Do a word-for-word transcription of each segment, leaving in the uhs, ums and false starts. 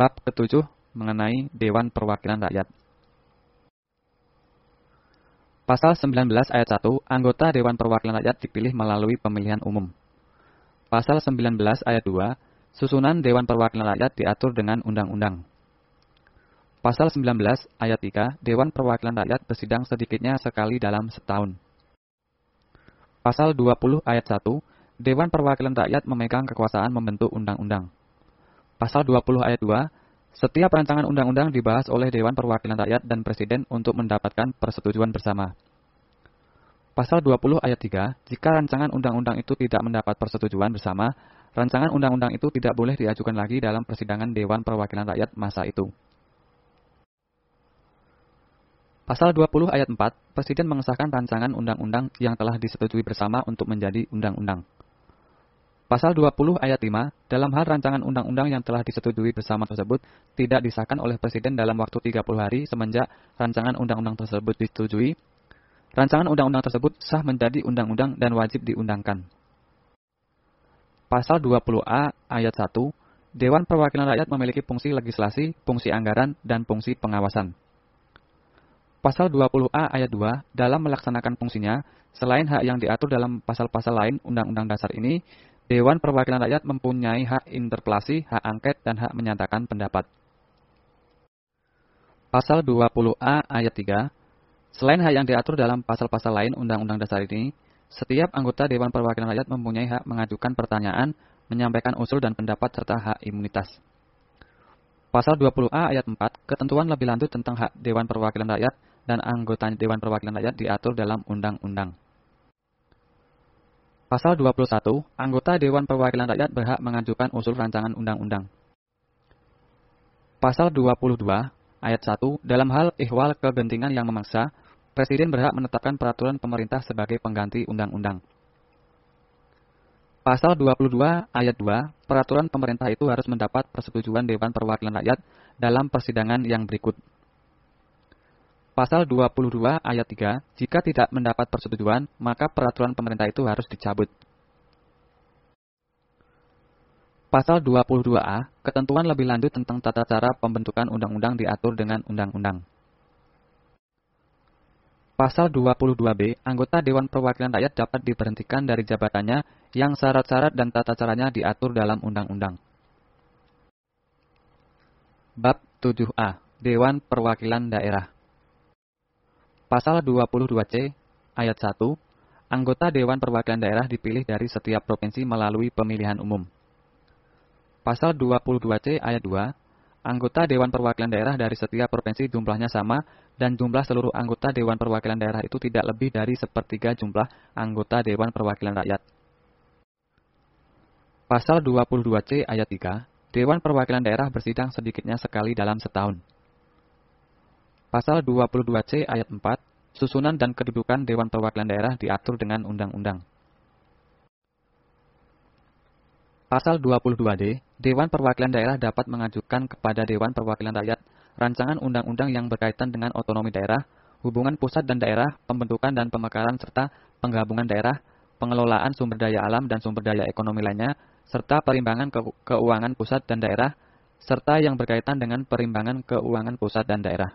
Bab ketujuh mengenai Dewan Perwakilan Rakyat. Pasal sembilan belas ayat satu, anggota Dewan Perwakilan Rakyat dipilih melalui pemilihan umum. Pasal sembilan belas ayat dua, susunan Dewan Perwakilan Rakyat diatur dengan undang-undang. Pasal sembilan belas ayat tiga, Dewan Perwakilan Rakyat bersidang sedikitnya sekali dalam setahun. Pasal dua puluh ayat satu, Dewan Perwakilan Rakyat memegang kekuasaan membentuk undang-undang. Pasal dua puluh ayat dua, setiap rancangan undang-undang dibahas oleh Dewan Perwakilan Rakyat dan Presiden untuk mendapatkan persetujuan bersama. Pasal dua puluh ayat tiga, jika rancangan undang-undang itu tidak mendapat persetujuan bersama, rancangan undang-undang itu tidak boleh diajukan lagi dalam persidangan Dewan Perwakilan Rakyat masa itu. Pasal dua puluh ayat empat, Presiden mengesahkan rancangan undang-undang yang telah disetujui bersama untuk menjadi undang-undang. Pasal dua puluh ayat lima, dalam hal rancangan undang-undang yang telah disetujui bersama tersebut tidak disahkan oleh Presiden dalam waktu tiga puluh hari semenjak rancangan undang-undang tersebut disetujui, rancangan undang-undang tersebut sah menjadi undang-undang dan wajib diundangkan. Pasal dua puluh A ayat satu, Dewan Perwakilan Rakyat memiliki fungsi legislasi, fungsi anggaran, dan fungsi pengawasan. Pasal dua puluh A ayat dua, dalam melaksanakan fungsinya, selain hak yang diatur dalam pasal-pasal lain Undang-Undang Dasar ini, Dewan Perwakilan Rakyat mempunyai hak interpelasi, hak angket, dan hak menyatakan pendapat. Pasal dua puluh A ayat tiga, selain hak yang diatur dalam pasal-pasal lain Undang-Undang Dasar ini, setiap anggota Dewan Perwakilan Rakyat mempunyai hak mengajukan pertanyaan, menyampaikan usul dan pendapat serta hak imunitas. Pasal dua puluh A ayat empat, ketentuan lebih lanjut tentang hak Dewan Perwakilan Rakyat dan anggota Dewan Perwakilan Rakyat diatur dalam undang-undang. Pasal dua puluh satu, anggota Dewan Perwakilan Rakyat berhak mengajukan usul rancangan undang-undang. Pasal dua puluh dua ayat satu, dalam hal ihwal kegentingan yang memaksa, Presiden berhak menetapkan peraturan pemerintah sebagai pengganti undang-undang. Pasal dua puluh dua ayat dua, peraturan pemerintah itu harus mendapat persetujuan Dewan Perwakilan Rakyat dalam persidangan yang berikut. Pasal dua puluh dua ayat tiga, jika tidak mendapat persetujuan, maka peraturan pemerintah itu harus dicabut. Pasal dua puluh dua A, ketentuan lebih lanjut tentang tata cara pembentukan undang-undang diatur dengan undang-undang. Pasal dua puluh dua B, anggota Dewan Perwakilan Rakyat dapat diberhentikan dari jabatannya yang syarat-syarat dan tata caranya diatur dalam undang-undang. Bab tujuh A, Dewan Perwakilan Daerah. Pasal dua puluh dua C ayat satu, anggota Dewan Perwakilan Daerah dipilih dari setiap provinsi melalui pemilihan umum. Pasal dua puluh dua C ayat dua, anggota Dewan Perwakilan Daerah dari setiap provinsi jumlahnya sama dan jumlah seluruh anggota Dewan Perwakilan Daerah itu tidak lebih dari sepertiga jumlah anggota Dewan Perwakilan Rakyat. Pasal dua puluh dua C ayat tiga, Dewan Perwakilan Daerah bersidang sedikitnya sekali dalam setahun. Pasal dua puluh dua C ayat empat, susunan dan kedudukan Dewan Perwakilan Daerah diatur dengan undang-undang. Pasal dua puluh dua D, Dewan Perwakilan Daerah dapat mengajukan kepada Dewan Perwakilan Rakyat rancangan undang-undang yang berkaitan dengan otonomi daerah, hubungan pusat dan daerah, pembentukan dan pemekaran serta penggabungan daerah, pengelolaan sumber daya alam dan sumber daya ekonomi lainnya, serta perimbangan ke keuangan pusat dan daerah, serta yang berkaitan dengan perimbangan keuangan pusat dan daerah.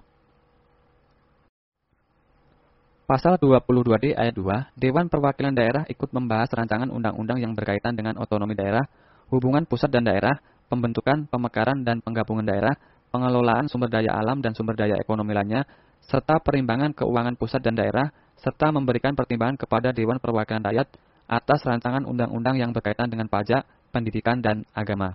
Pasal dua puluh dua D ayat dua, Dewan Perwakilan Daerah ikut membahas rancangan undang-undang yang berkaitan dengan otonomi daerah, hubungan pusat dan daerah, pembentukan, pemekaran dan penggabungan daerah, pengelolaan sumber daya alam dan sumber daya ekonomi lainnya, serta perimbangan keuangan pusat dan daerah, serta memberikan pertimbangan kepada Dewan Perwakilan Rakyat atas rancangan undang-undang yang berkaitan dengan pajak, pendidikan, dan agama.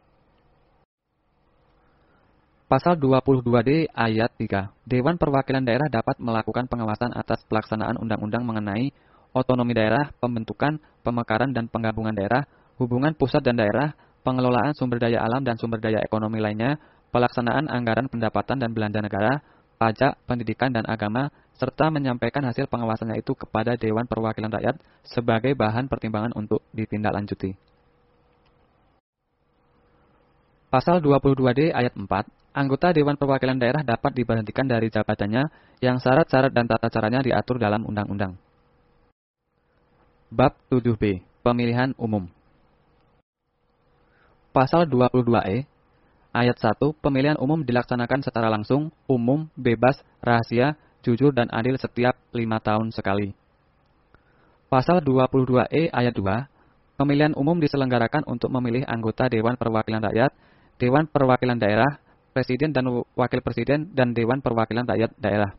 Pasal dua puluh dua D ayat tiga, Dewan Perwakilan Daerah dapat melakukan pengawasan atas pelaksanaan undang-undang mengenai otonomi daerah, pembentukan, pemekaran dan penggabungan daerah, hubungan pusat dan daerah, pengelolaan sumber daya alam dan sumber daya ekonomi lainnya, pelaksanaan anggaran pendapatan dan belanja negara, pajak, pendidikan dan agama, serta menyampaikan hasil pengawasannya itu kepada Dewan Perwakilan Rakyat sebagai bahan pertimbangan untuk ditindaklanjuti. Pasal dua puluh dua D ayat empat, anggota Dewan Perwakilan Daerah dapat diberhentikan dari jabatannya yang syarat-syarat dan tata caranya diatur dalam undang-undang. Bab tujuh B, Pemilihan Umum. Pasal dua puluh dua E, ayat satu, pemilihan umum dilaksanakan secara langsung, umum, bebas, rahasia, jujur dan adil setiap lima tahun sekali. Pasal dua puluh dua E ayat dua, pemilihan umum diselenggarakan untuk memilih anggota Dewan Perwakilan Rakyat, Dewan Perwakilan Daerah, Presiden dan Wakil Presiden, dan Dewan Perwakilan Rakyat Daerah.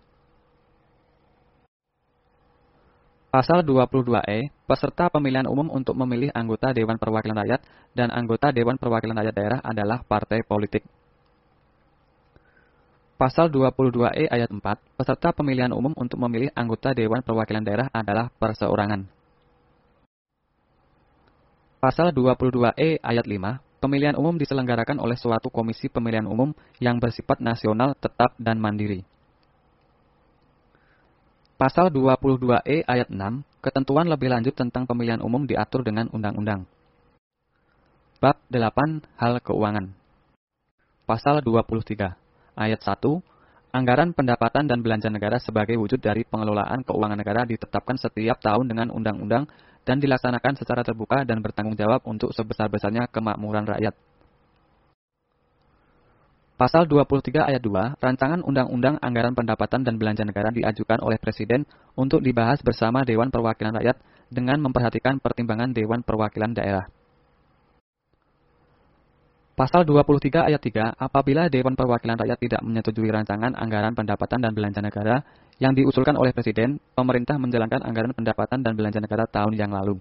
Pasal dua puluh dua E, peserta pemilihan umum untuk memilih anggota Dewan Perwakilan Rakyat dan anggota Dewan Perwakilan Rakyat Daerah adalah partai politik. Pasal dua puluh dua E ayat empat, peserta pemilihan umum untuk memilih anggota Dewan Perwakilan Daerah adalah perseorangan. Pasal dua puluh dua E ayat lima, pemilihan umum diselenggarakan oleh suatu komisi pemilihan umum yang bersifat nasional, tetap, dan mandiri. Pasal dua puluh dua E ayat enam, ketentuan lebih lanjut tentang pemilihan umum diatur dengan undang-undang. Bab delapan, hal keuangan. Pasal dua puluh tiga, ayat satu, anggaran pendapatan dan belanja negara sebagai wujud dari pengelolaan keuangan negara ditetapkan setiap tahun dengan undang-undang dan dilaksanakan secara terbuka dan bertanggung jawab untuk sebesar-besarnya kemakmuran rakyat. Pasal dua puluh tiga ayat dua, rancangan undang-undang anggaran pendapatan dan belanja negara diajukan oleh Presiden untuk dibahas bersama Dewan Perwakilan Rakyat dengan memperhatikan pertimbangan Dewan Perwakilan Daerah. Pasal dua puluh tiga ayat tiga, apabila Dewan Perwakilan Rakyat tidak menyetujui rancangan anggaran pendapatan dan belanja negara yang diusulkan oleh Presiden, pemerintah menjalankan anggaran pendapatan dan belanja negara tahun yang lalu.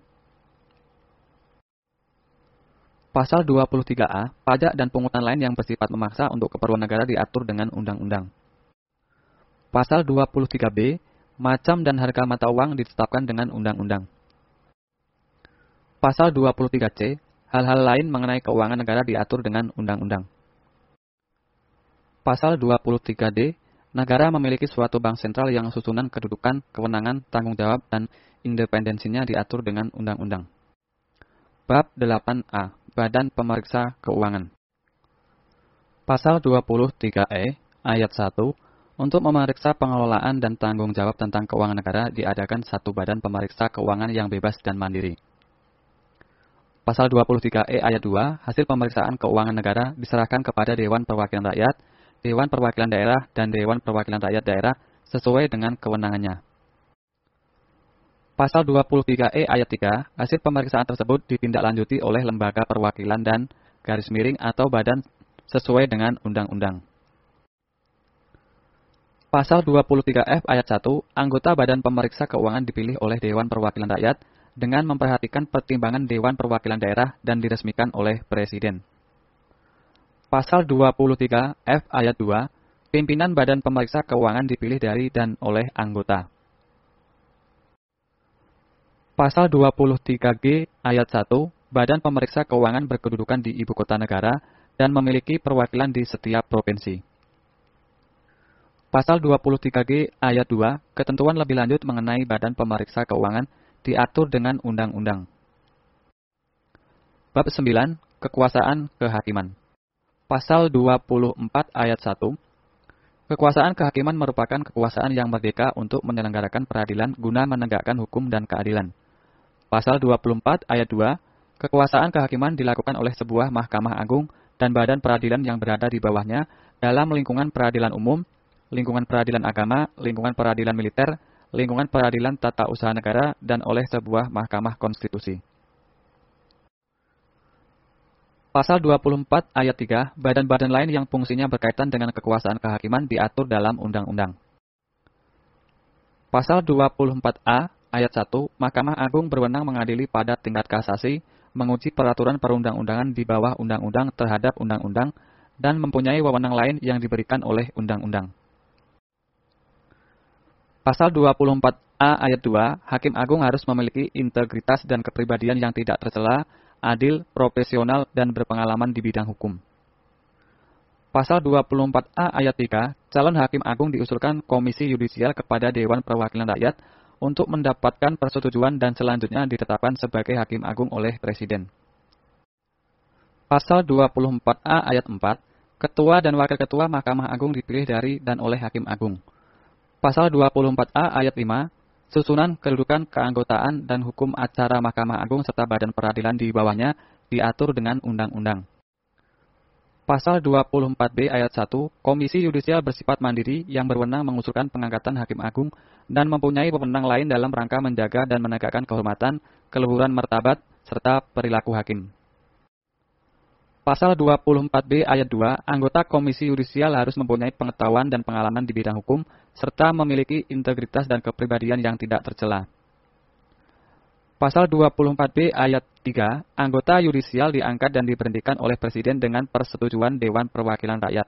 Pasal dua puluh tiga A, pajak dan pungutan lain yang bersifat memaksa untuk keperluan negara diatur dengan undang-undang. Pasal dua puluh tiga B, macam dan harga mata uang ditetapkan dengan undang-undang. Pasal dua puluh tiga C, hal-hal lain mengenai keuangan negara diatur dengan undang-undang. Pasal dua puluh tiga D, negara memiliki suatu bank sentral yang susunan kedudukan, kewenangan, tanggung jawab, dan independensinya diatur dengan undang-undang. Bab delapan A, Badan Pemeriksa Keuangan. Pasal dua puluh tiga E, ayat satu, untuk memeriksa pengelolaan dan tanggung jawab tentang keuangan negara diadakan satu badan pemeriksa keuangan yang bebas dan mandiri. Pasal dua puluh tiga E ayat dua, hasil pemeriksaan keuangan negara diserahkan kepada Dewan Perwakilan Rakyat, Dewan Perwakilan Daerah, dan Dewan Perwakilan Rakyat Daerah sesuai dengan kewenangannya. Pasal dua puluh tiga E ayat tiga, hasil pemeriksaan tersebut ditindaklanjuti oleh lembaga perwakilan dan garis miring atau badan sesuai dengan undang-undang. Pasal dua puluh tiga F ayat satu, anggota badan pemeriksa keuangan dipilih oleh Dewan Perwakilan Rakyat dengan memperhatikan pertimbangan Dewan Perwakilan Daerah dan diresmikan oleh Presiden. Pasal dua puluh tiga F ayat dua, pimpinan badan pemeriksa keuangan dipilih dari dan oleh anggota. Pasal dua puluh tiga G ayat satu, badan pemeriksa keuangan berkedudukan di ibu kota negara dan memiliki perwakilan di setiap provinsi. Pasal dua puluh tiga G ayat dua, ketentuan lebih lanjut mengenai badan pemeriksa keuangan diatur dengan undang-undang. Bab sembilan, kekuasaan kehakiman. Pasal dua puluh empat ayat satu, kekuasaan kehakiman merupakan kekuasaan yang merdeka untuk menyelenggarakan peradilan guna menegakkan hukum dan keadilan. Pasal dua puluh empat ayat dua, kekuasaan kehakiman dilakukan oleh sebuah Mahkamah Agung dan badan peradilan yang berada di bawahnya dalam lingkungan peradilan umum, lingkungan peradilan agama, lingkungan peradilan militer, lingkungan peradilan tata usaha negara, dan oleh sebuah Mahkamah Konstitusi. Pasal dua puluh empat ayat tiga, badan-badan lain yang fungsinya berkaitan dengan kekuasaan kehakiman diatur dalam undang-undang. Pasal dua puluh empat A ayat satu, Mahkamah Agung berwenang mengadili pada tingkat kasasi, menguji peraturan perundang-undangan di bawah undang-undang terhadap undang-undang, dan mempunyai wewenang lain yang diberikan oleh undang-undang. Pasal dua puluh empat A ayat dua, Hakim Agung harus memiliki integritas dan kepribadian yang tidak tercela, adil, profesional, dan berpengalaman di bidang hukum. Pasal dua puluh empat A ayat tiga, calon Hakim Agung diusulkan Komisi Yudisial kepada Dewan Perwakilan Rakyat untuk mendapatkan persetujuan dan selanjutnya ditetapkan sebagai Hakim Agung oleh Presiden. Pasal dua puluh empat A ayat empat, Ketua dan Wakil Ketua Mahkamah Agung dipilih dari dan oleh Hakim Agung. Pasal dua puluh empat A ayat lima, susunan, kedudukan, keanggotaan, dan hukum acara Mahkamah Agung serta badan peradilan di bawahnya diatur dengan undang-undang. Pasal dua puluh empat B ayat satu, Komisi Yudisial bersifat mandiri yang berwenang mengusulkan pengangkatan Hakim Agung dan mempunyai wewenang lain dalam rangka menjaga dan menegakkan kehormatan, keluhuran martabat, serta perilaku hakim. Pasal dua puluh empat B ayat dua, anggota Komisi Yudisial harus mempunyai pengetahuan dan pengalaman di bidang hukum, serta memiliki integritas dan kepribadian yang tidak tercela. Pasal dua puluh empat B ayat tiga, anggota yudisial diangkat dan diberhentikan oleh Presiden dengan persetujuan Dewan Perwakilan Rakyat.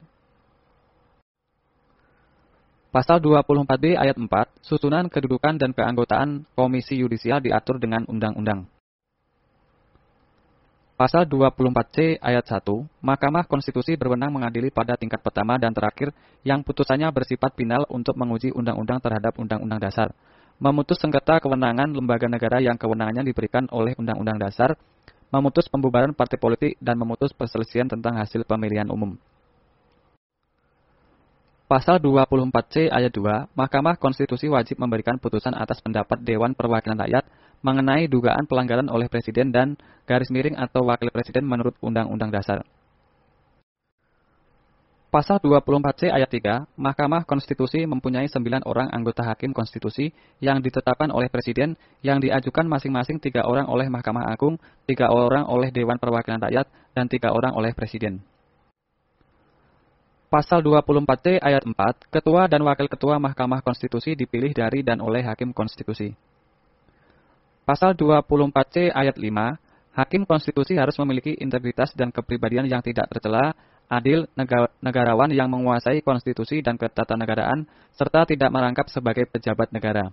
Pasal dua puluh empat B ayat empat, susunan kedudukan dan keanggotaan Komisi Yudisial diatur dengan undang-undang. Pasal dua puluh empat C ayat satu, Mahkamah Konstitusi berwenang mengadili pada tingkat pertama dan terakhir yang putusannya bersifat final untuk menguji undang-undang terhadap Undang-Undang Dasar, memutus sengketa kewenangan lembaga negara yang kewenangannya diberikan oleh Undang-Undang Dasar, memutus pembubaran partai politik, dan memutus perselisihan tentang hasil pemilihan umum. Pasal dua puluh empat C ayat dua, Mahkamah Konstitusi wajib memberikan putusan atas pendapat Dewan Perwakilan Rakyat mengenai dugaan pelanggaran oleh Presiden dan garis miring atau Wakil Presiden menurut Undang-Undang Dasar. Pasal dua puluh empat C ayat tiga, Mahkamah Konstitusi mempunyai sembilan orang anggota Hakim Konstitusi yang ditetapkan oleh Presiden, yang diajukan masing-masing tiga orang oleh Mahkamah Agung, tiga orang oleh Dewan Perwakilan Rakyat, dan tiga orang oleh Presiden. Pasal dua puluh empat C ayat empat, Ketua dan Wakil Ketua Mahkamah Konstitusi dipilih dari dan oleh Hakim Konstitusi. Pasal dua puluh empat C ayat lima, Hakim Konstitusi harus memiliki integritas dan kepribadian yang tidak tercela, adil, negarawan yang menguasai konstitusi dan ketatanegaraan, serta tidak merangkap sebagai pejabat negara.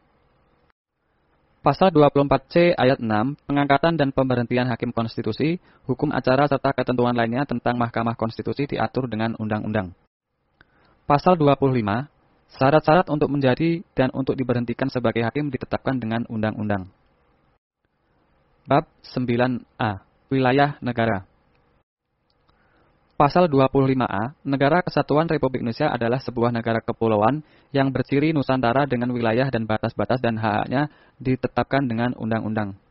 Pasal dua puluh empat C ayat enam, pengangkatan dan pemberhentian Hakim Konstitusi, hukum acara serta ketentuan lainnya tentang Mahkamah Konstitusi diatur dengan undang-undang. Pasal dua puluh lima, syarat-syarat untuk menjadi dan untuk diberhentikan sebagai hakim ditetapkan dengan undang-undang. Bab sembilan A, Wilayah Negara. Pasal dua puluh lima A, Negara Kesatuan Republik Indonesia adalah sebuah negara kepulauan yang berciri Nusantara dengan wilayah dan batas-batas dan hak-haknya ditetapkan dengan undang-undang.